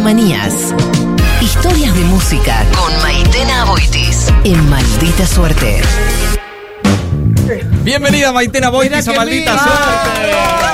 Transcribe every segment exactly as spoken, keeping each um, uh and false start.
Melomanías. Historias de música con Maitena Boitis en Maldita Suerte. Bienvenida Maitena Boitis a Maldita lindo. Suerte.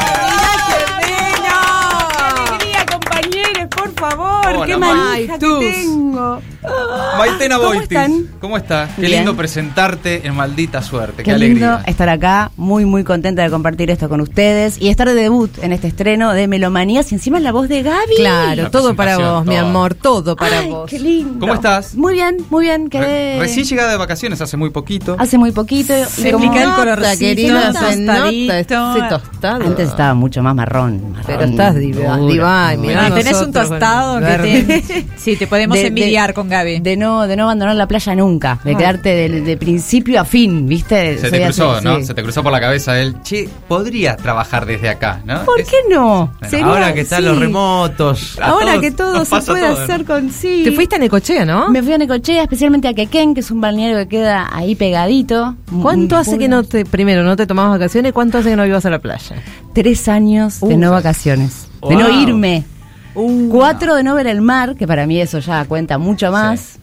Por favor, Hola, qué manija que tengo. Maitena ¿Cómo Boitis, están? ¿cómo estás? Qué Bien. lindo presentarte en Maldita Suerte, qué, Qué alegría. lindo estar acá, muy muy contenta de compartir esto con ustedes y estar de debut en este estreno de Melomanías y encima la voz de Gaby. Claro, La todo para presentación, vos, mi todo. amor, todo para Ay, vos. qué lindo. ¿Cómo estás? Muy bien, muy bien, quedé Re- recién llegada de vacaciones hace muy poquito. hace muy poquito. Se y como- explica el nota, colorcito, querida, se nota, ese tostado. Antes estaba mucho más marrón. marrón Pero estás diva, dura. divine, mirá Bueno, tenés un nosotros, tostado bueno, que verde. te, sí, te podemos De- envidiar de- con Gaby. De no, de no abandonar la playa nunca, de quedarte de, de principio a fin, ¿viste? Se Soy te cruzó, así, ¿no? sí. Se te cruzó por la cabeza él. Che, podría trabajar desde acá, ¿no? ¿Por Es- qué no? Bueno, Sería- Ahora que están sí. los remotos. a Ahora todos que todo nos se pasa puede todo, ¿no? hacer con sí. Te fuiste a Necochea, ¿no? Me fui a Necochea, especialmente a Quequén, que es un balneario que queda ahí pegadito. ¿Cuánto Un hace que pueblo. no te, primero, no te tomabas vacaciones? ¿Cuánto hace que no ibas a la playa? Tres años de Uh, no vacaciones. De wow. no irme. Uh, Cuatro de no ver el mar, que para mí eso ya cuenta mucho más.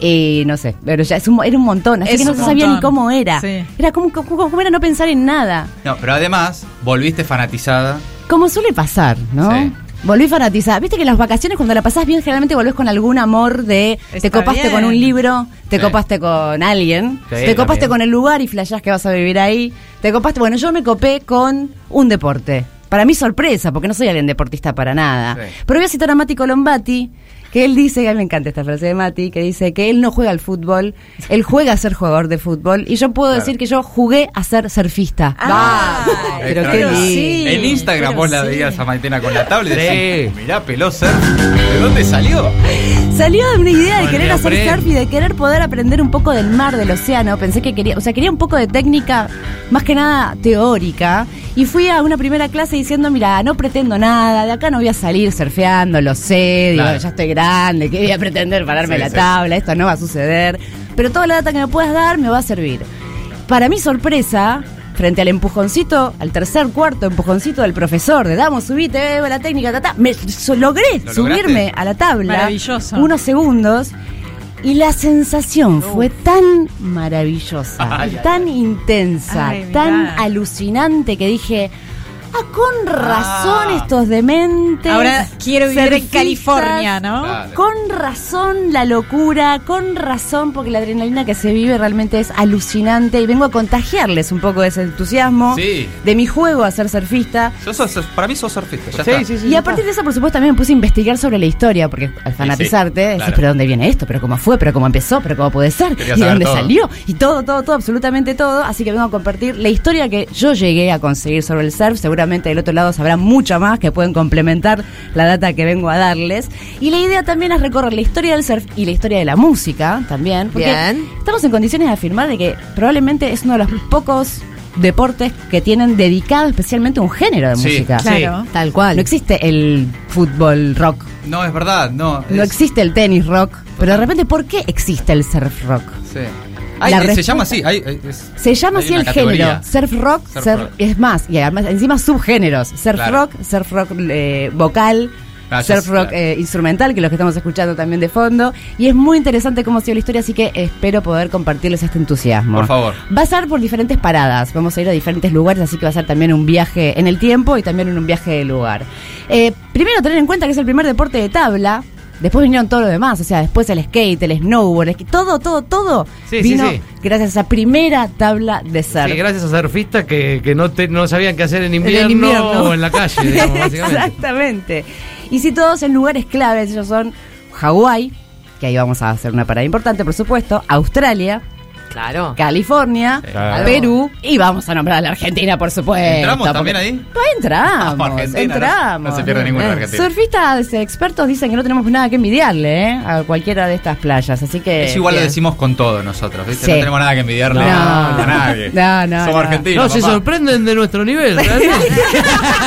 Y no sé, pero ya es un, era un montón, así Es que no un se sabía montón. ni cómo era. Sí. Era como, como, como era no pensar en nada. No, pero además, volviste fanatizada. Como suele pasar, ¿no? Sí. Volví fanatizada. Viste que en las vacaciones, cuando la pasás bien, generalmente volvés con algún amor de te Está copaste bien. con un libro, te Sí. copaste con alguien, Sí, te copaste también. con el lugar y flashás que vas a vivir ahí, te copaste. Bueno, yo me copé con un deporte. Para mí sorpresa, porque no soy alguien deportista para nada. Sí. Pero voy a citar a Mati Colombati, que él dice, que a mí me encanta esta frase de Mati, que dice que él no juega al fútbol, él juega a ser jugador de fútbol, y yo puedo Claro. decir que yo jugué a ser surfista. Ah, pero Extraño. qué lindo. sí. En Instagram pero vos la sí. veías a Maitena con la tablet y Sí. decís, mirá, peló surf. ¿De dónde salió? Salió de una idea de Bueno, querer hacer aprende. surf y de querer poder aprender un poco del mar, del océano. Pensé que quería, o sea, quería un poco de técnica, más que nada teórica. Y fui a una primera clase diciendo, mira, no pretendo nada, de acá no voy a salir surfeando, lo sé, digo, Claro. ya estoy grande, ¿qué voy a pretender pararme Sí, la sí. tabla? Esto no va a suceder. Pero toda la data que me puedas dar me va a servir. Para mi sorpresa, frente al empujoncito, al tercer, cuarto empujoncito del profesor, de damos, subite, ve la técnica, ta, ta, me so- logré ¿Lo subirme lograste? a la tabla. Maravilloso. Unos segundos. Y la sensación fue tan maravillosa, Ay, tan intensa, Ay, mirá. tan alucinante que dije, ah, con razón Ah. estos dementes. Ahora quiero vivir en surfistas, California, ¿no? Claro. Con razón la locura, con razón porque la adrenalina que se vive realmente es alucinante y vengo a contagiarles un poco de ese entusiasmo Sí. de mi juego a ser surfista. Yo sos- para mí sos surfista, ya Sí, está. sí, sí. Y a partir de eso, por supuesto, también me puse a investigar sobre la historia, porque al fanatizarte, sí, decís, claro. pero ¿dónde viene esto? ¿Pero cómo fue? ¿Pero cómo empezó? ¿Pero cómo puede ser? Quería ¿Y de saber dónde todo. salió? Y todo, todo, todo, absolutamente todo. Así que vengo a compartir la historia que yo llegué a conseguir sobre el surf. Seguramente del otro lado sabrá mucha más que pueden complementar la data que vengo a darles. Y la idea también es recorrer la historia del surf y la historia de la música también. Porque Bien. estamos en condiciones de afirmar de que probablemente es uno de los pocos deportes que tienen dedicado especialmente un género de Sí. música. Claro. Tal cual. No existe el fútbol rock, No, es verdad, no. no es- existe el tenis rock, pero de repente, ¿por qué existe el surf rock? Sí. Ay, La eh, se respuesta- llama así. hay- hay- es- Se llama hay así una el categoría. género, surf rock, Surf surf- rock. es más, y además encima subgéneros, surf Claro. rock, surf rock eh, vocal, Ah, ya surf sé, rock claro. eh, instrumental, que es lo que estamos escuchando también de fondo, y es muy interesante cómo ha sido la historia, así que espero poder compartirles este entusiasmo. Por favor. Va a ser por diferentes paradas, vamos a ir a diferentes lugares, así que va a ser también un viaje en el tiempo y también un viaje de lugar. Eh, primero tener en cuenta que es el primer deporte de tabla. Después vinieron todo lo demás, o sea, después el skate, el snowboard, el esqui- todo, todo, todo Sí, vino sí, sí. gracias a esa primera tabla de surf. Sí, gracias a surfistas que, que no, te, no sabían qué hacer en invierno, invierno. o en la calle, digamos, básicamente. Exactamente. Y situados en lugares claves, ellos son Hawái, que ahí vamos a hacer una parada importante, por supuesto, Australia, Claro. California, Claro. Perú, y vamos a nombrar a la Argentina, por supuesto. ¿Entramos porque- también ahí? Pues entramos, Vamos, Argentina, no- entramos. no se pierde ninguna de Eh, Argentina. Surfistas eh, expertos dicen que no tenemos nada que envidiarle eh, a cualquiera de estas playas, así que... Es igual lo bien. decimos con todo nosotros, ¿viste? Sí. No tenemos nada que envidiarle No, a no. nadie. No, no, Somos no. argentinos. No, se papá. sorprenden de nuestro nivel, realmente.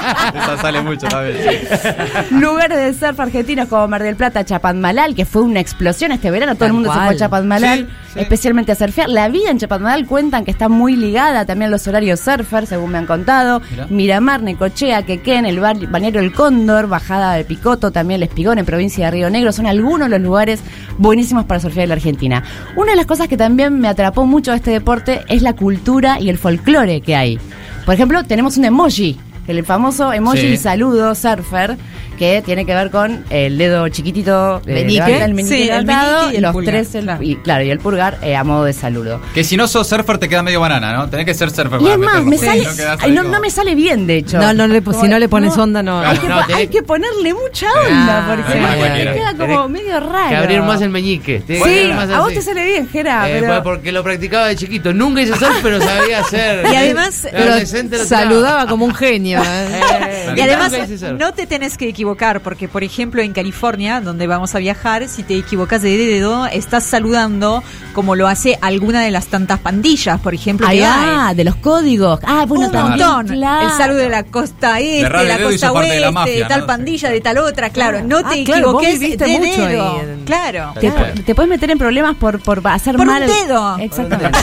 Esa sale mucho también. Sí. Lugares de surf argentinos como Mar del Plata, Chapadmalal, que fue una explosión este verano, todo Tal el mundo se cual. fue a Chapadmalal, Sí, sí. especialmente a surfear. La vida en Chapadmalal cuentan que está muy ligada también a los horarios surfer, según me han contado. Mirá. Miramar, Necochea, Quequén, el bar- balneario El Cóndor, Bajada de Picoto, también El Espigón en provincia de Río Negro, son algunos de los lugares buenísimos para surfear en la Argentina. Una de las cosas que también me atrapó mucho de este deporte es la cultura y el folclore que hay. Por ejemplo, tenemos un emoji, el famoso emoji Sí. y saludo surfer, que tiene que ver con el dedo chiquitito, eh, Meñique. levanta el meñique Sí, el levantado, meñique y el los pulgar, tres, el- claro. y, claro, y el pulgar eh, a modo de saludo. Que si no sos surfer te queda medio banana, ¿no? Tenés que ser surfer Y para es más, meterlo, me porque sale, si no quedás ay, ahí no, como- no me sale bien, de hecho. No, no le- Como- si no le pones onda, no. Hay que, No, po- tenés- hay que ponerle mucha onda, Ah, porque no, no, te cualquiera. queda como Tenés medio raro. Que abrir más el meñique. Tiene que Sí, abrir más a vos así. te sale bien, Gera, Eh, pero... pues porque lo practicaba de chiquito. Nunca hice surf, pero sabía hacer. Y además, De pero adolescente lo tiraba. Saludaba como un genio. ¿eh? Eh, Y además, nunca hice surf. no te tenés que equivocar, porque, por ejemplo, en California, donde vamos a viajar, si te equivocas de dedo, estás saludando como lo hace alguna de las tantas pandillas, por ejemplo, Ahí que va, hay. de los códigos. Ah, bueno, Un también, montón. claro. El saludo de la costa este, Errar de la el dedo hizo costa parte oeste, de la de, mafia, tal ¿no? pandilla, Sí. de tal otra, claro. No Ah, te claro, vos equivoques viviste de mucho ahí dedo. en- Claro. Te, Claro. te puedes meter en problemas por, por hacer Por un mal. dedo. Exactamente.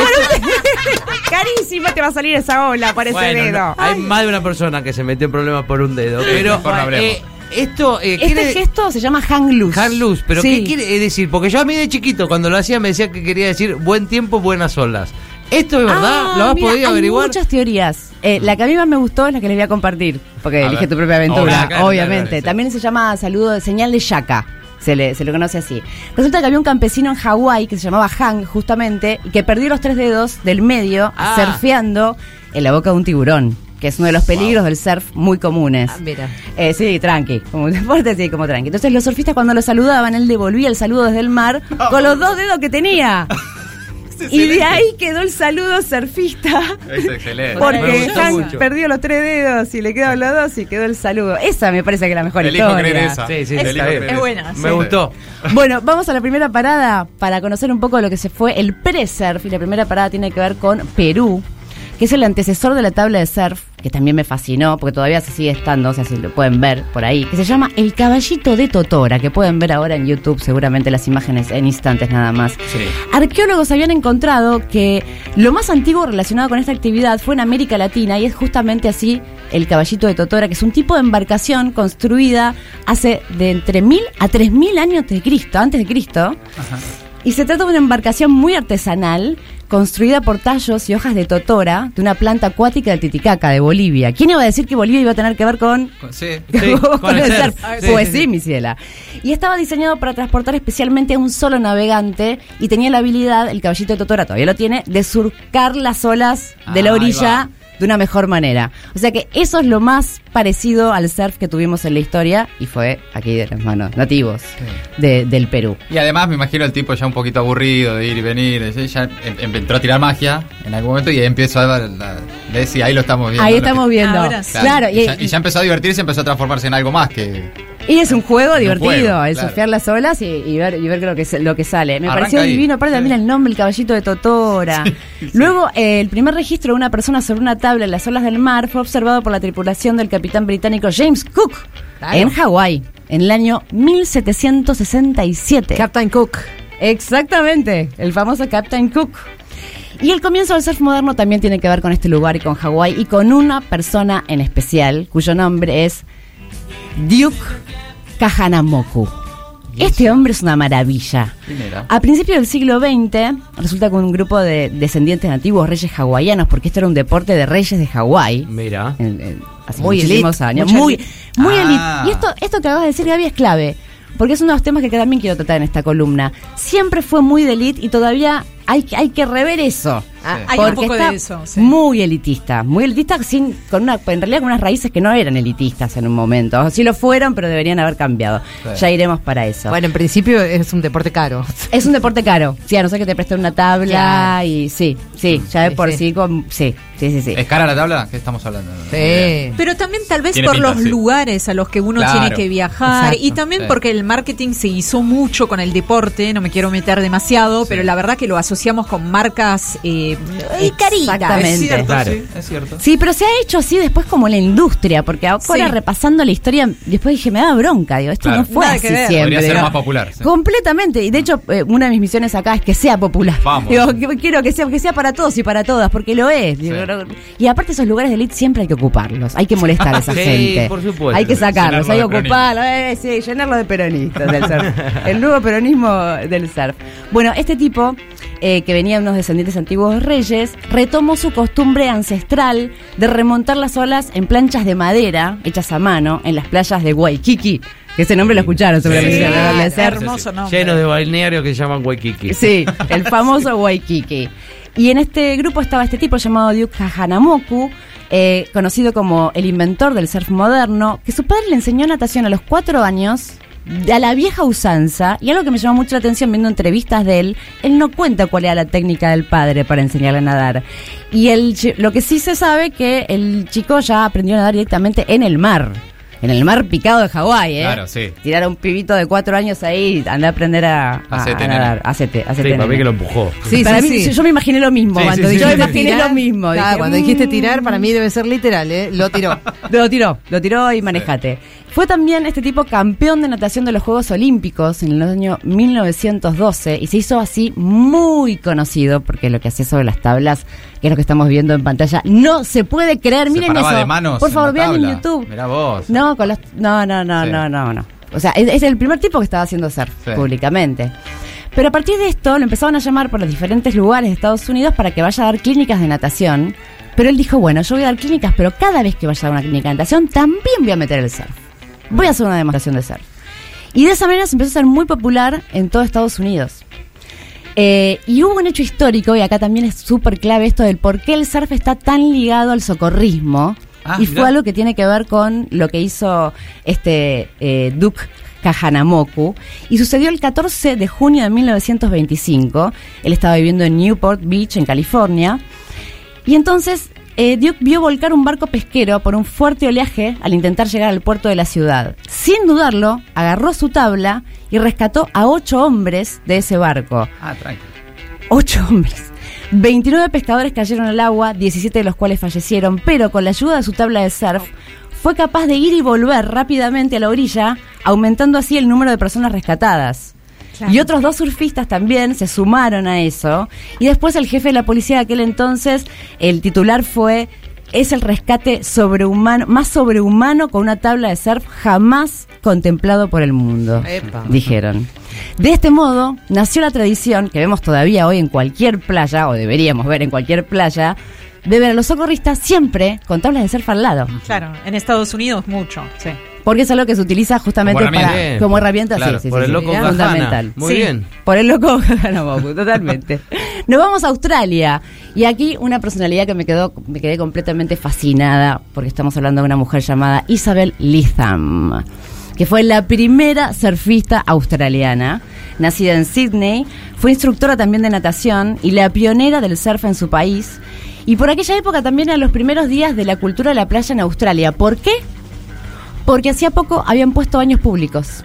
Carísimo te va a salir esa ola para ese Bueno, dedo. no, hay más de una persona que se metió en problemas por un dedo. Pero mejor no hablemos. eh, esto eh, Este quiere gesto se llama hang loose. hand loose, pero Sí. ¿qué quiere decir? Porque yo a mí de chiquito cuando lo hacía me decía que quería decir buen tiempo, buenas olas. ¿Esto es verdad? Ah, ¿Lo has mira, podido hay averiguar? muchas teorías. Eh, la que a mí más me gustó es la que les voy a compartir, porque A elige ver. tu propia aventura, Oh, claro, obviamente. claro, claro, sí. También se llama saludo de señal de yaca. Se le, se lo conoce así. Resulta que había un campesino en Hawái que se llamaba Hang, justamente, y que perdió los tres dedos del medio Ah. surfeando en la boca de un tiburón, que es uno de los peligros del surf muy comunes. Ah, mira. Eh, sí, tranqui, como un deporte, sí, como tranqui. Entonces los surfistas cuando lo saludaban, él devolvía el saludo desde el mar con los dos dedos que tenía. Y de ahí quedó el saludo surfista. Es excelente. Me Porque gustó Hank mucho. perdió los tres dedos y le quedaron los dos y quedó el saludo. Esa me parece que es la mejor Elijo historia. creer esa. Sí, sí, Elijo está bien. creer Es esa. buena, Me sí. gustó. Bueno, vamos a la primera parada para conocer un poco lo que se fue el pre-surf. Y la primera parada tiene que ver con Perú, que es el antecesor de la tabla de surf, que también me fascinó, porque todavía se sigue estando, o sea, si lo pueden ver por ahí, que se llama El Caballito de Totora, que pueden ver ahora en YouTube, seguramente las imágenes en instantes nada más. Sí. Arqueólogos habían encontrado que lo más antiguo relacionado con esta actividad fue en América Latina, y es justamente así el Caballito de Totora, que es un tipo de embarcación construida hace de entre mil a tres mil años de Cristo, antes de Cristo. Y se trata de una embarcación muy artesanal, construida por tallos y hojas de totora, de una planta acuática del Titicaca, de Bolivia. ¿Quién iba a decir que Bolivia iba a tener que ver con Sí. Sí, con con el el surf? surf. Sí, Pues sí, sí, sí. mi ciela. Y estaba diseñado para transportar especialmente a un solo navegante y tenía la habilidad, el Caballito de Totora todavía lo tiene, de surcar las olas de la Ah, ahí orilla va. de una mejor manera. O sea que eso es lo más parecido al surf que tuvimos en la historia y fue aquí de las manos nativos de- del Perú. Y además me imagino el tipo ya un poquito aburrido de ir y venir. ¿sí? Ya em- em- entró a tirar magia en algún momento y ahí empezó a ver la. ¿ves? Y ahí lo estamos viendo. Ahí lo estamos que- viendo. Ahora sí. Claro, y, ya, y ya empezó a divertirse y empezó a transformarse en algo más que. Y es un juego divertido, juego, el claro. surfear las olas y, y ver, y ver lo que, se- lo que sale. Me Arranca pareció ahí. divino, aparte Sí. también el nombre, el Caballito de Totora. Luego, eh, el primer registro de una persona sobre una tabla en las olas del mar fue observado por la tripulación del capitán británico James Cook Claro. en Hawái, en el año mil setecientos sesenta y siete. Captain Cook. Exactamente, el famoso Captain Cook. Y el comienzo del surf moderno también tiene que ver con este lugar y con Hawái y con una persona en especial, cuyo nombre es Duke Kahanamoku. Este hombre es una maravilla. ¿Quién era? A principios del siglo veinte, resulta que un grupo de descendientes de antiguos reyes hawaianos, porque esto era un deporte de reyes de Hawái, Mira. en- en- hace Muy muchísimos elite, años. mucha Muy, elite. muy Ah. elite. Y esto, esto que acabas de decir, Gaby, es clave, porque es uno de los temas que también quiero tratar en esta columna. Siempre fue muy de elite y todavía hay, que- hay que rever eso. Ah, Sí. hay un Porque poco está de eso. Sí. muy elitista, muy elitista sin, con una, en realidad con unas raíces que no eran elitistas en un momento. O sí lo fueron, pero deberían haber cambiado. Sí. Ya iremos para eso. Bueno, en principio es un deporte caro. Es un deporte caro, sí, a no ser que te presten una tabla Claro. y sí, sí, ya de Sí, por sí. sí, con, sí, sí, sí, sí. ¿Es cara la tabla? ¿Qué estamos hablando? Sí. Pero también tal vez Tiene por pinta, los sí. lugares a los que uno Claro. tiene que viajar Exacto. y también Sí. porque el marketing se hizo mucho con el deporte, no me quiero meter demasiado, Sí. pero la verdad que lo asociamos con marcas eh, y Y carita. Exactamente. Es cierto, Claro. sí, es cierto. Sí, pero se ha hecho así después como la industria, porque ahora Sí. repasando la historia, después dije, me da bronca, digo, esto Claro. no fue Nada así que ver. siempre. Podría ser digo. más popular. sí. Completamente, y de hecho eh, una de mis misiones acá es que sea popular. Vamos. Digo, que- quiero que sea, que sea para todos y para todas, porque lo es. Digo, Sí. no- y aparte esos lugares de elite siempre hay que ocuparlos, hay que molestar a esa Sí, gente. por supuesto. Hay que sacarlos, Llenarlo hay de que ocuparlos, eh, sí, llenarlo de peronistas del surf. El nuevo peronismo del surf. Bueno, este tipo, eh, que venía de unos descendientes antiguos reyes, retomó su costumbre ancestral de remontar las olas en planchas de madera hechas a mano en las playas de Waikiki. Que ese nombre lo escucharon seguramente. Sí, ¿no? Ah, De ser- hermoso nombre. Lleno de balnearios que se llaman Waikiki. Sí, el famoso Waikiki. Y en este grupo estaba este tipo llamado Duke Hanamoku, eh, conocido como el inventor del surf moderno, que su padre le enseñó natación a los cuatro años, a la vieja usanza, y algo que me llamó mucho la atención viendo entrevistas de él, él no cuenta cuál era la técnica del padre para enseñarle a nadar. Y el, chi- lo que sí se sabe que el chico ya aprendió a nadar directamente en el mar. En el mar picado de Hawái, ¿eh? Claro, sí. Tirar a un pibito de cuatro años ahí, anda a aprender a, a- Hacete, a nene. nadar. Hacete, hacete. Sí, para mí nene. que lo empujó. Sí, Para sí, mí, sí. Yo, yo me imaginé lo mismo. Sí, cuando sí, yo sí, me sí. imaginé Tirar, lo mismo. claro, Dije, cuando dijiste "Mm". tirar, para mí debe ser literal, ¿eh? Lo tiró. Lo tiró, lo tiró y manejate. Fue también este tipo campeón de natación de los Juegos Olímpicos en el año mil novecientos doce y se hizo así muy conocido porque lo que hacía sobre las tablas, que es lo que estamos viendo en pantalla, no se puede creer. Se Miren paraba eso. de manos Por en favor, la vean en tabla. YouTube. Mirá vos. No, con los, no, no, no, Sí. no, no, no. O sea, es, es el primer tipo que estaba haciendo surf Sí. públicamente. Pero a partir de esto lo empezaban a llamar por los diferentes lugares de Estados Unidos para que vaya a dar clínicas de natación. Pero él dijo, bueno, yo voy a dar clínicas, pero cada vez que vaya a una clínica de natación también voy a meter el surf. Voy a hacer una demostración de surf. Y de esa manera se empezó a ser muy popular en todo Estados Unidos. Eh, y hubo un hecho histórico, y acá también es súper clave esto del por qué el surf está tan ligado al socorrismo. Ah, y mirá. fue algo que tiene que ver con lo que hizo este eh, Duke Hanamoku. Y sucedió el catorce de junio de mil novecientos veinticinco. Él estaba viviendo en Newport Beach, en California. Y entonces eh, Duke vio volcar un barco pesquero por un fuerte oleaje al intentar llegar al puerto de la ciudad. Sin dudarlo, agarró su tabla y rescató a ocho hombres de ese barco. Ah, tranquilo. Ocho hombres. veintinueve pescadores cayeron al agua, diecisiete de los cuales fallecieron, pero con la ayuda de su tabla de surf fue capaz de ir y volver rápidamente a la orilla, aumentando así el número de personas rescatadas. Claro. Y otros dos surfistas también se sumaron a eso. Y después el jefe de la policía de aquel entonces, el titular fue: es el rescate sobrehumano, más sobrehumano con una tabla de surf jamás contemplado por el mundo. Epa. Dijeron. De este modo, nació la tradición, que vemos todavía hoy en cualquier playa, o deberíamos ver en cualquier playa, de ver a los socorristas siempre con tablas de surf al lado. Claro, en Estados Unidos mucho, sí. Porque es algo que se utiliza justamente Como herramienta. para, como herramienta, Claro, sí, sí, Por sí, el sí, loco es Kahana. fundamental. Muy Sí. bien. Por el loco Hanamoku, totalmente. Nos vamos a Australia. Y aquí una personalidad que me quedó, me quedé completamente fascinada, porque estamos hablando de una mujer llamada Isabel Lytham, que fue la primera surfista australiana, nacida en Sydney, fue instructora también de natación y la pionera del surf en su país. Y por aquella época también eran los primeros días de la cultura de la playa en Australia. ¿Por qué? Porque hacía poco habían puesto baños públicos.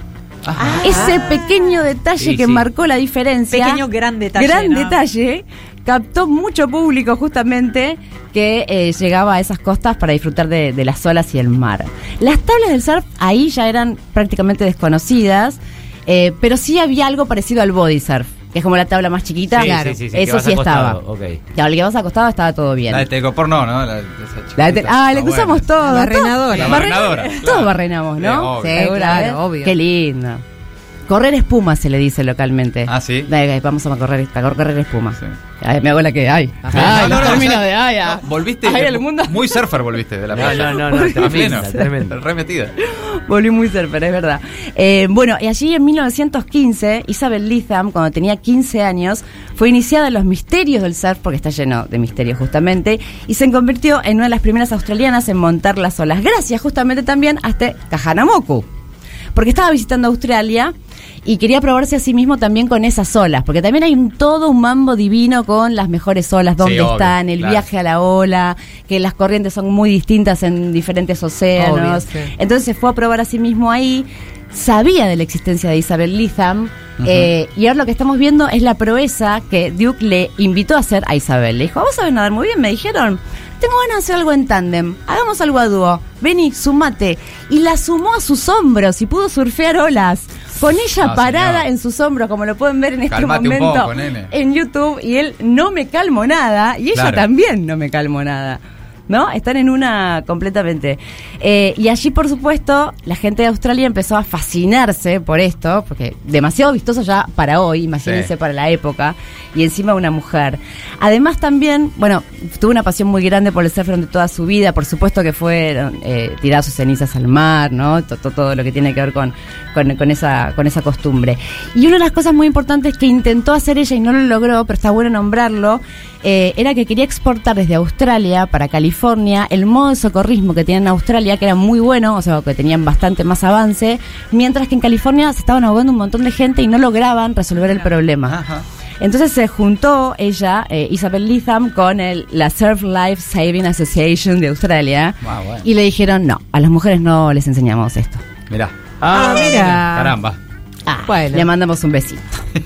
Ajá. Ese pequeño detalle Sí, que sí. marcó la diferencia. Pequeño gran detalle, Gran ¿no? detalle. Captó mucho público justamente que eh, llegaba a esas costas para disfrutar de, de las olas y el mar. Las tablas del surf ahí ya eran prácticamente desconocidas, eh, pero sí había algo parecido al body surf, que es como la tabla más chiquita. Sí, Claro, sí, sí, sí, que eso vas sí estaba. acostado, ok. Claro, el que vas acostado estaba todo bien. La de Tecoporno, ¿no? La, de esa La de- chiquitita. ah, le Está usamos buena. todo. La barrenadora. todo. La barrenadora, Todos claro. barrenamos, ¿no? Sí, obvio. Sí, Seguro, claro, ¿eh? obvio. Qué lindo. Correr espuma se le dice localmente. Ah, ¿sí? Dale, vamos a correr, a correr espuma. Sí. Ay, mi abuela que ay. No, Ay, no, los no, términos o sea, de ay. ah. no, volviste Ay, el mundo. muy surfer volviste de la No, playa. no, no, no, A pleno. tremenda, tremenda. Remetida. Volví muy surfer, es verdad. Eh, bueno, y allí en mil novecientos quince, Isabel Lytham, cuando tenía quince años, fue iniciada en los misterios del surf, porque está lleno de misterios justamente, y se convirtió en una de las primeras australianas en montar las olas, gracias justamente también a este Hanamoku, porque estaba visitando Australia y quería probarse a sí mismo también con esas olas, porque también hay un todo un mambo divino con las mejores olas, dónde Sí, obvio, están, el claro. viaje a la ola, que las corrientes son muy distintas en diferentes océanos. Obvio, sí. Entonces se fue a probar a sí mismo ahí, sabía de la existencia de Isabel Lytham. Uh-huh. eh, y ahora lo que estamos viendo es la proeza que Duke le invitó a hacer a Isabel. Le dijo, vos sabés nadar muy bien, me dijeron, tengo ganas de hacer algo en tándem, hagamos algo a dúo, vení, sumate. Y la sumó a sus hombros y pudo surfear olas con ella no, parada señor. en sus hombros, como lo pueden ver en este Calmate momento un poco, nene. en YouTube. Y él no me calmó nada y ella claro. también no me calmó nada, ¿no? Están en una completamente. Eh, y allí, por supuesto, la gente de Australia empezó a fascinarse por esto, porque demasiado vistoso ya para hoy, imagínense, sí. para la época, y encima una mujer. Además también, bueno, tuvo una pasión muy grande por el surf durante toda su vida, por supuesto que fueron eh, tirar sus cenizas al mar, ¿no? Todo, todo lo que tiene que ver con, con, con, esa, con esa costumbre. Y una de las cosas muy importantes que intentó hacer ella y no lo logró, pero está bueno nombrarlo, eh, era que quería exportar desde Australia para California el modo de socorrismo que tienen en Australia, que era muy bueno, o sea, que tenían bastante más avance, mientras que en California se estaban ahogando un montón de gente y no lograban resolver el problema. Ajá. Entonces se juntó ella, eh, Isabel Lytham, con el, la Surf Life Saving Association de Australia. Ah, bueno. Y le dijeron, no, a las mujeres no les enseñamos esto. Mirá. Ah, mira. Caramba. Ah, bueno. Le mandamos un besito.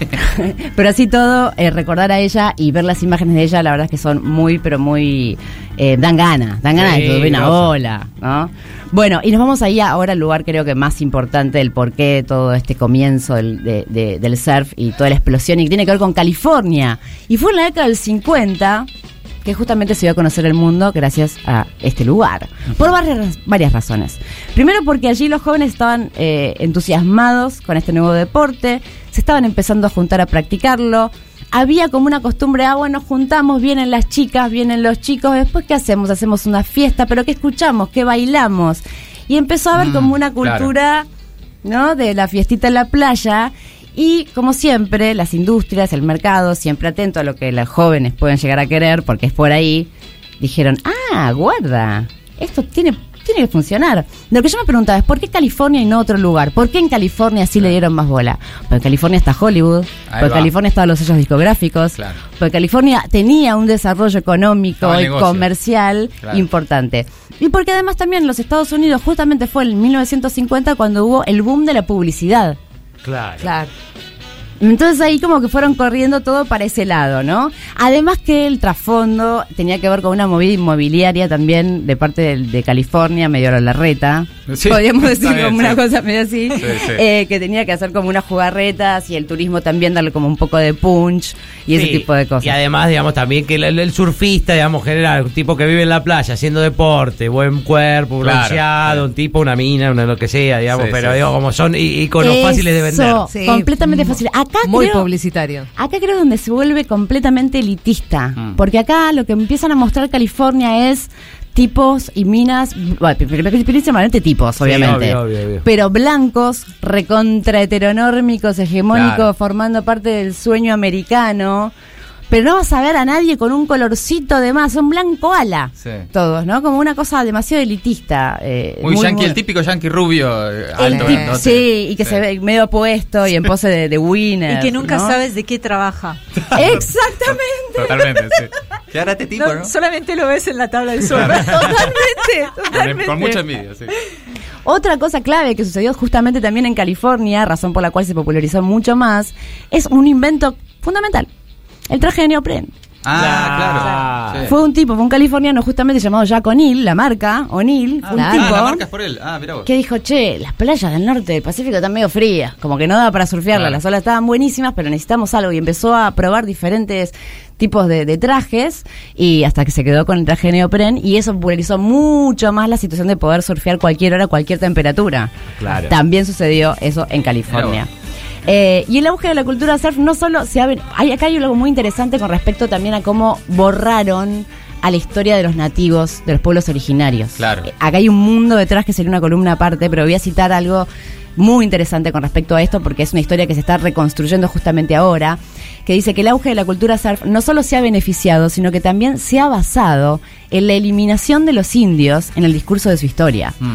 Pero así todo, eh, recordar a ella y ver las imágenes de ella, la verdad es que son muy, pero muy... Eh, dan ganas, dan ganas sí, de que tuve una ola, ¿no? Bueno, y nos vamos ahí ahora al lugar creo que más importante del porqué de todo este comienzo del, de, de, del surf y toda la explosión, y que tiene que ver con California. Y fue en la década del cincuenta que justamente se dio a conocer el mundo gracias a este lugar, por varias, varias razones. Primero porque allí los jóvenes estaban eh, entusiasmados con este nuevo deporte, se estaban empezando a juntar a practicarlo, había como una costumbre, ah, bueno, juntamos, vienen las chicas, vienen los chicos, después ¿qué hacemos? Hacemos una fiesta, pero ¿qué escuchamos? ¿Qué bailamos? Y empezó a haber mm, como una cultura, claro. ¿no? De la fiestita en la playa. Y como siempre, las industrias, el mercado, siempre atento a lo que los jóvenes pueden llegar a querer, porque es por ahí, dijeron, ah, guarda, esto tiene, tiene que funcionar. Lo que yo me preguntaba es, ¿por qué California y no otro lugar? ¿Por qué en California sí claro. le dieron más bola? Porque en California está Hollywood, ahí porque en California estaban los sellos discográficos, claro. porque California tenía un desarrollo económico y comercial claro. importante. Y porque además también en los Estados Unidos justamente fue en mil novecientos cincuenta cuando hubo el boom de la publicidad. Claro. Claro. Entonces ahí como que fueron corriendo todo para ese lado, ¿no? Además que el trasfondo tenía que ver con una movida inmobiliaria también de parte de, de California, medio a la larreta. Sí, podríamos decir bien, como sí. una cosa medio así, sí, sí. Eh, que tenía que hacer como unas jugarretas y el turismo también darle como un poco de punch y sí, ese tipo de cosas. Y además, digamos, también que el, el surfista, digamos, general, un tipo que vive en la playa haciendo deporte, buen cuerpo, bronceado, claro, un tipo, una mina, una lo que sea, digamos, sí, pero sí, digo, como son iconos Eso, fáciles de vender. Sí, completamente fácil. Acá muy creo, publicitario. Acá creo donde se vuelve completamente elitista, mm. porque acá lo que empiezan a mostrar California es tipos y minas, bueno, principalmente tipos, obviamente, sí, obvio, obvio, obvio. pero blancos, recontra heteronórmicos, hegemónicos, claro. formando parte del sueño americano. Pero no vas a ver a nadie con un colorcito de más, son blanco ala, sí. todos, ¿no? Como una cosa demasiado elitista. Eh, muy, muy yankee, muy... el típico yankee rubio, eh, alto. Tip, ¿no? Sí, y que sí. se ve medio apuesto y en pose de, de winner. Y que nunca ¿no? sabes de qué trabaja. Exactamente. Totalmente, sí. ¿Qué hará este tipo, no, no? Solamente lo ves en la tabla del surf. Claro. Totalmente, totalmente. Con, con mucha envidia, sí. Otra cosa clave que sucedió justamente también en California, razón por la cual se popularizó mucho más, es un invento fundamental. El traje de neopren. Ah, claro. claro. Sí. Fue un tipo, fue un californiano justamente llamado Jack O'Neill, la marca O'Neill, ah, un ah, tipo la marca es por él. Ah, mirá vos. Que dijo, che, las playas del norte del Pacífico están medio frías, como que no da para surfearlas, claro. las olas estaban buenísimas, pero necesitamos algo, y empezó a probar diferentes tipos de, de trajes, y hasta que se quedó con el traje de neopren, y eso popularizó mucho más la situación de poder surfear cualquier hora, cualquier temperatura. Claro. También sucedió eso en California. Eh, y el auge de la cultura surf no solo se abre, hay, acá hay algo muy interesante con respecto también a cómo borraron a la historia de los nativos, de los pueblos originarios. Claro. Eh, acá hay un mundo detrás que sería una columna aparte, pero voy a citar algo muy interesante con respecto a esto, porque es una historia que se está reconstruyendo justamente ahora, que dice que el auge de la cultura surf no solo se ha beneficiado, sino que también se ha basado en la eliminación de los indios en el discurso de su historia. Mm.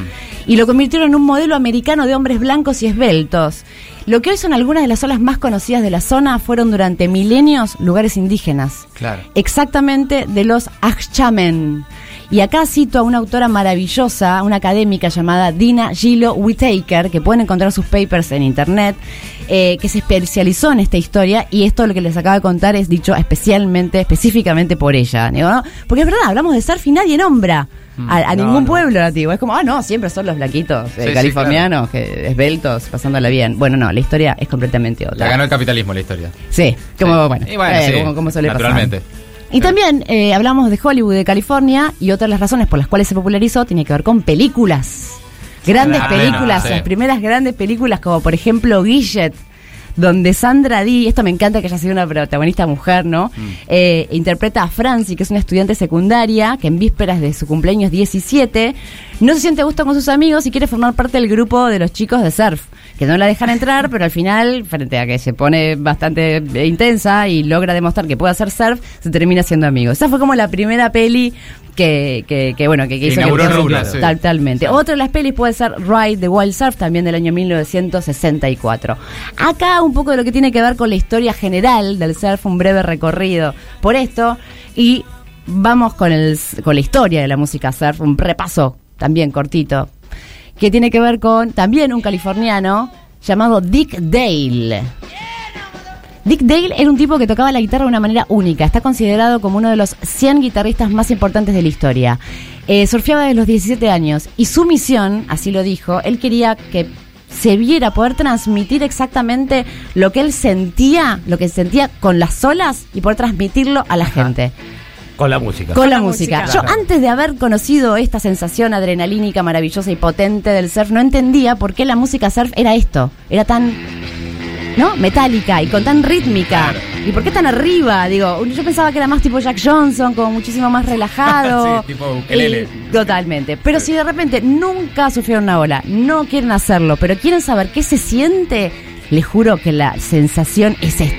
y lo convirtieron en un modelo americano de hombres blancos y esbeltos. Lo que hoy son algunas de las olas más conocidas de la zona fueron durante milenios lugares indígenas. Claro. Exactamente de los Achchamen. Y acá cito a una autora maravillosa, una académica llamada Dina Gilo Whittaker, que pueden encontrar sus papers en internet, eh, que se especializó en esta historia, y esto lo que les acabo de contar es dicho especialmente, específicamente por ella. Digo, ¿no? Porque es verdad, hablamos de surf y nadie nombra a, a no, ningún no. pueblo nativo. Es como, ah, no, siempre son los blanquitos eh, Sí, sí, californianos, que esbeltos, pasándola bien. Bueno, no, la historia es completamente otra. La ganó el capitalismo la historia. Sí, como, Sí. bueno, Y bueno, eh, sí, como, como suele naturalmente. pasar. Y también eh, hablamos de Hollywood, de California, y otra de las razones por las cuales se popularizó tiene que ver con películas. Grandes Ah, películas, sí. las primeras grandes películas, como por ejemplo Gillette, donde Sandra Dee, esto me encanta que haya sido una protagonista mujer, ¿no? Mm. Eh, interpreta a Francie, que es una estudiante secundaria, que en vísperas de su cumpleaños diecisiete, no se siente a gusto con sus amigos y quiere formar parte del grupo de los chicos de surf, que no la dejan entrar, pero al final, frente a que se pone bastante intensa y logra demostrar que puede hacer surf, se termina siendo amigo. Esa fue como la primera peli que, que, que bueno, que, que hizo inauguró que el rubro, sí. Totalmente. Otra de las pelis puede ser Ride the Wild Surf, también del año mil novecientos sesenta y cuatro. Acá un poco de lo que tiene que ver con la historia general del surf, un breve recorrido por esto, y vamos con, el, con la historia de la música surf, un repaso también cortito, que tiene que ver con también un californiano llamado Dick Dale. Dick Dale era un tipo que tocaba la guitarra de una manera única. Está considerado como uno de los cien guitarristas más importantes de la historia. Eh, surfeaba desde los diecisiete años y su misión, así lo dijo, él quería que se viera, poder transmitir exactamente lo que él sentía, lo que sentía con las olas y poder transmitirlo a la gente. Con la música. Con la, la música. música. Yo antes de haber conocido esta sensación adrenalínica, maravillosa y potente del surf, no entendía por qué la música surf era esto. Era tan, ¿no? Metálica y con tan rítmica. Claro. ¿Y por qué tan arriba? Digo, yo pensaba que era más tipo Jack Johnson, como muchísimo más relajado. Sí, tipo ukelele. Y- totalmente. Pero si de repente nunca sufrieron una ola, no quieren hacerlo, pero quieren saber qué se siente, les juro que la sensación es esta.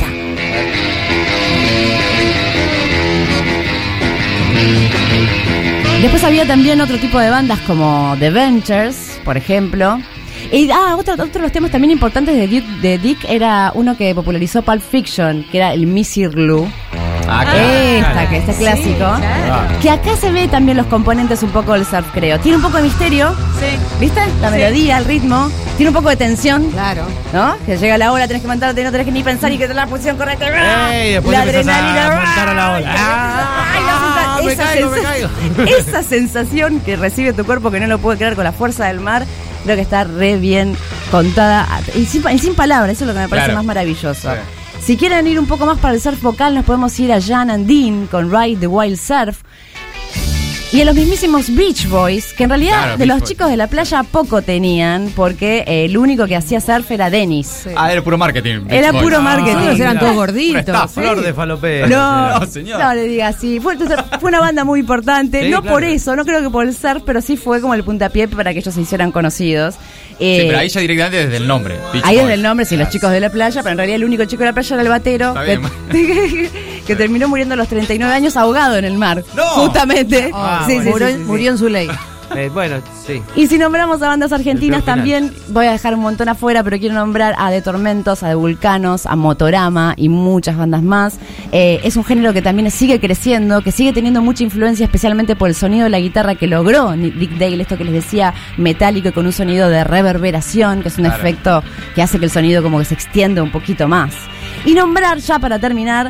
Después había también otro tipo de bandas como The Ventures, por ejemplo. Y ah, otro, otro de los temas también importantes de Dick, de Dick era uno que popularizó Pulp Fiction, que era el Misirlou. Ah, Esta, claro. que este clásico. claro. Que acá se ve también los componentes un poco del surf, creo. Tiene un poco de misterio, Sí. ¿viste? La Sí. melodía, el ritmo. Tiene un poco de tensión, Claro. ¿no? Que llega la ola, tenés que montarte, no tenés que ni pensar y que tenés la posición correcta. Ey, después la empezás a adrenalina. montar a la ola. Ay, la Ah, sensa- me esa caigo, me sensa- caigo. Esa sensación que recibe tu cuerpo que no lo puede creer con la fuerza del mar, creo que está re bien contada. Y sin, y sin palabras, eso es lo que me parece Claro. más maravilloso. Sí. Si quieren ir un poco más para el surf vocal, nos podemos ir a Jan and Dean con Ride the Wild Surf. Y a los mismísimos Beach Boys, que en realidad Claro, de Beach los Boys. chicos de la playa poco tenían, porque eh, el único que hacía surf era Dennis. Ah, era puro marketing. Era Beach puro Boys. marketing. Todos eran mira. todos Una gorditos. estafa. Flor de falopea. No, No, señor. no le diga así. Fue, entonces, fue una banda muy importante. Sí, no claro. por eso, no creo que por el surf, pero sí fue como el puntapié para que ellos se hicieran conocidos. Eh, Sí, pero ahí ya directamente desde el nombre. Beach ahí Boys. desde el nombre, sí, los Claro. chicos de la playa, pero en realidad el único chico de la playa era el batero, Está que, bien. que terminó muriendo a los treinta y nueve años ahogado en el mar. ¡No! Justamente. Ah, Sí, bueno. sí, Murió, sí, sí, sí. murió en su ley. Eh, bueno, sí. Y si nombramos a bandas argentinas El peor también, voy a dejar un montón afuera, pero quiero nombrar a De Tormentos, a De Vulcanos, a Motorama y muchas bandas más. Eh, es un género que también sigue creciendo, que sigue teniendo mucha influencia, especialmente por el sonido de la guitarra que logró Dick Dale, esto que les decía, metálico y con un sonido de reverberación, que es un Claro. efecto que hace que el sonido como que se extienda un poquito más. Y nombrar ya para terminar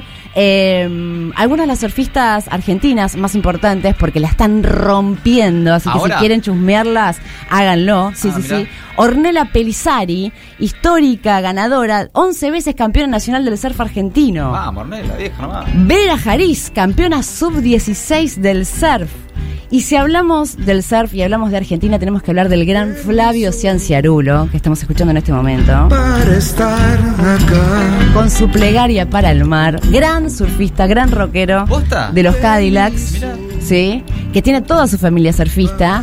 eh, algunas de las surfistas argentinas más importantes porque la están rompiendo, así que ¿Ahora? si quieren chusmearlas, háganlo. Sí, Ah, sí, mirá. sí. Ornella Pelissari, histórica ganadora, once veces campeona nacional del surf argentino. Vamos, Ornella, vieja nomás. Vera Jariz, campeona sub dieciséis del surf. Y si hablamos del surf y hablamos de Argentina, tenemos que hablar del gran Flavio Cianciarulo, que estamos escuchando en este momento, para estar acá. con su plegaria para el mar. Gran surfista, gran rockero ¿Posta? de los Cadillacs. Mirá. ¿sí? Que tiene toda su familia surfista.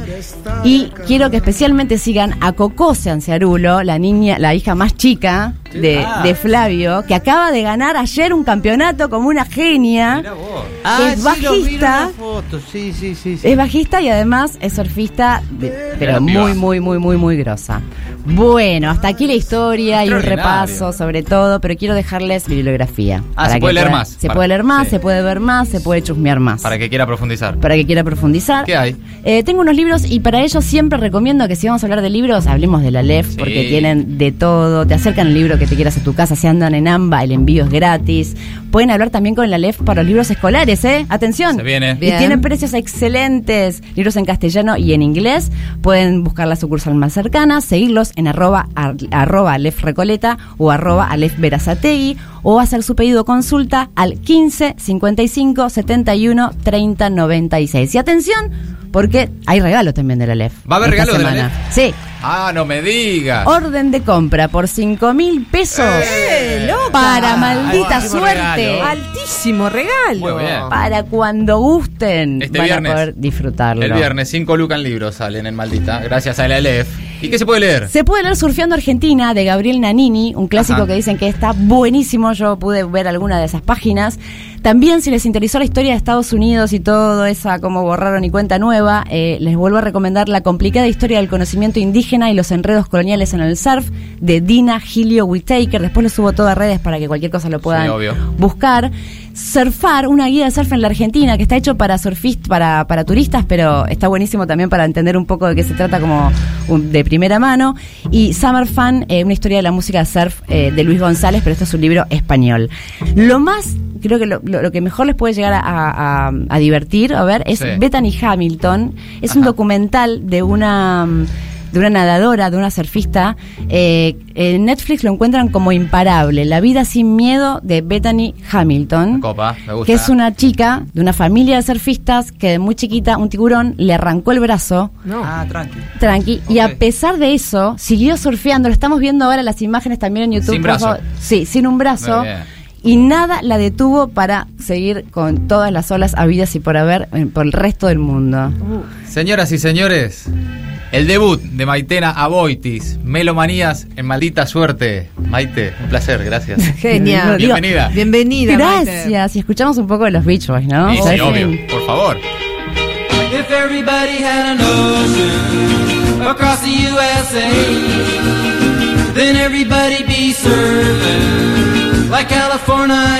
Y quiero que especialmente sigan a Cocó Cianciarulo, la niña, la hija más chica de, Ah. de Flavio, que acaba de ganar ayer un campeonato como una genia. Mirá vos. Es bajista. Sí, sí, sí, sí. Es bajista y además es surfista, de- pero la piba. muy, muy, muy, muy, muy grosa. Bueno, hasta aquí la historia y un Extraordinario. repaso sobre todo, pero quiero dejarles bibliografía. Ah, para se que puede leer puedan- más. Se Para- puede leer más, sí. se puede ver más, se puede chusmear más. Para que quiera profundizar. Para que quiera profundizar. ¿Qué hay? Eh, tengo unos libros y para ello siempre recomiendo que si vamos a hablar de libros, hablemos de la Aleph, Sí. porque tienen de todo. Te acercan el libro que te quieras a tu casa. Si andan en AMBA, el envío es gratis. Pueden hablar también con la Aleph para los libros escolares, ¿eh? Atención. Se viene. Y Bien. tienen precios excelentes. Libros en castellano y en inglés. Pueden buscar la sucursal más cercana, seguirlos en arroba, ar- arroba Aleph Recoleta o arroba Aleph Berazategui o hacer su pedido o consulta al quince cincuenta y cinco setenta y uno treinta noventa y seis. Y atención, porque hay regalo también de la Aleph. ¿Va a haber esta regalo de la semana. Aleph? Sí. Ah, no me digas. Orden de compra por cinco mil pesos ¡Eh, loca! para maldita Altísimo suerte. regalo. Altísimo regalo. Muy bien. Para cuando gusten Este van viernes. a poder disfrutarlo. El viernes, cinco lucas en libros salen en Maldita, gracias a la Aleph. ¿Y qué se puede leer? Se puede leer Surfeando Argentina de Gabriel Nanini, un clásico Ajá. que dicen que está buenísimo. Yo pude ver alguna de esas páginas. También, si les interesó la historia de Estados Unidos y todo esa como borraron y cuenta nueva, eh, les vuelvo a recomendar La complicada historia del conocimiento indígena y los enredos coloniales en el surf de Dina Gilio Whittaker. Después lo subo todo a redes para que cualquier cosa lo puedan Sí, obvio. buscar. Surfar, una guía de surf en la Argentina que está hecho para surfistas, para, para turistas, pero está buenísimo también para entender un poco de qué se trata como un- de primera mano. Y Summer Fun, eh, una historia de la música de surf eh, de Luis González, pero esto es un libro español. Lo más, creo que lo, lo- lo que mejor les puede llegar a, a- a divertir, a ver, es Sí. Bethany Hamilton. Es un Ajá. documental de una... de una nadadora, de una surfista. Eh, en Netflix lo encuentran como Imparable, la vida sin miedo de Bethany Hamilton. Copa, me gusta. Que es una chica de una familia de surfistas que de muy chiquita un tiburón le arrancó el brazo, Ah, tranqui. tranqui, y Ok. a pesar de eso siguió surfeando. Lo estamos viendo ahora las imágenes también en YouTube. Sin por brazo. favor. Sí, sin un brazo. Muy bien. Y nada la detuvo para seguir con todas las olas habidas y por haber eh, por el resto del mundo. Señoras y señores, el debut de Maitena Aboitis, Melomanías en Maldita Suerte. Maite, un placer, gracias. Genial. Digo, Bienvenida. Bienvenida. Maite. Gracias. Y escuchamos un poco de los Beach Boys, ¿no? Sí, sí, ¿Sabes? obvio, por favor. If everybody had an ocean across the U S A, then everybody'd be surfing like California.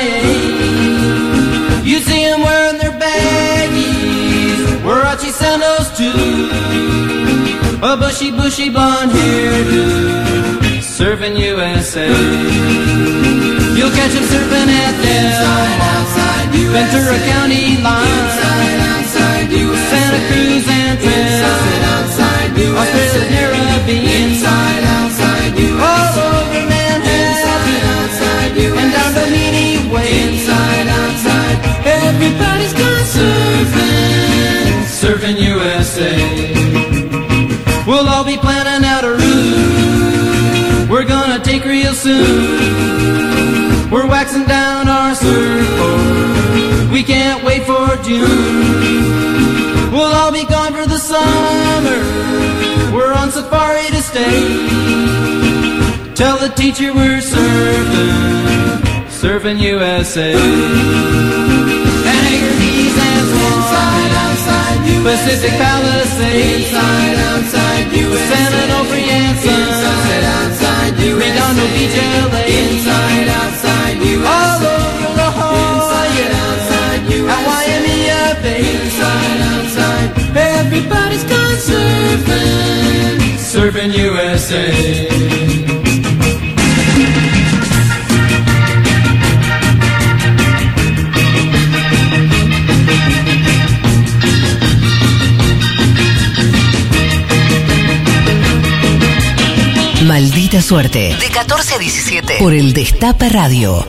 You'd see them wearing their baggies, Warachi sandals too, a bushy, bushy blonde hairdo, surfing U S A. You'll catch them surfing at Del Ventura County line, Santa Cruz and Trestle, Australia's Caribbean, all over Manhattan, and down to Meany Way. Everybody's gone surfing, surfing U S A. We'll all be planning out a route we're gonna take real soon. We're waxing down our surfboard, we can't wait for June. We'll all be gone for the summer, we're on safari to stay. Tell the teacher we're surfing, surfing U S A. And Anchor Keys and Swan, Pacific Palisades, inside, outside U S A. San Onofre and Sunset, Redondo Beach, L A, inside, outside U S A. All over La Jolla, at Waimea Bay, inside, outside. Everybody's gone surfing, surfing U S A. Maldita Suerte. De catorce a diecisiete. Por el Destape Radio.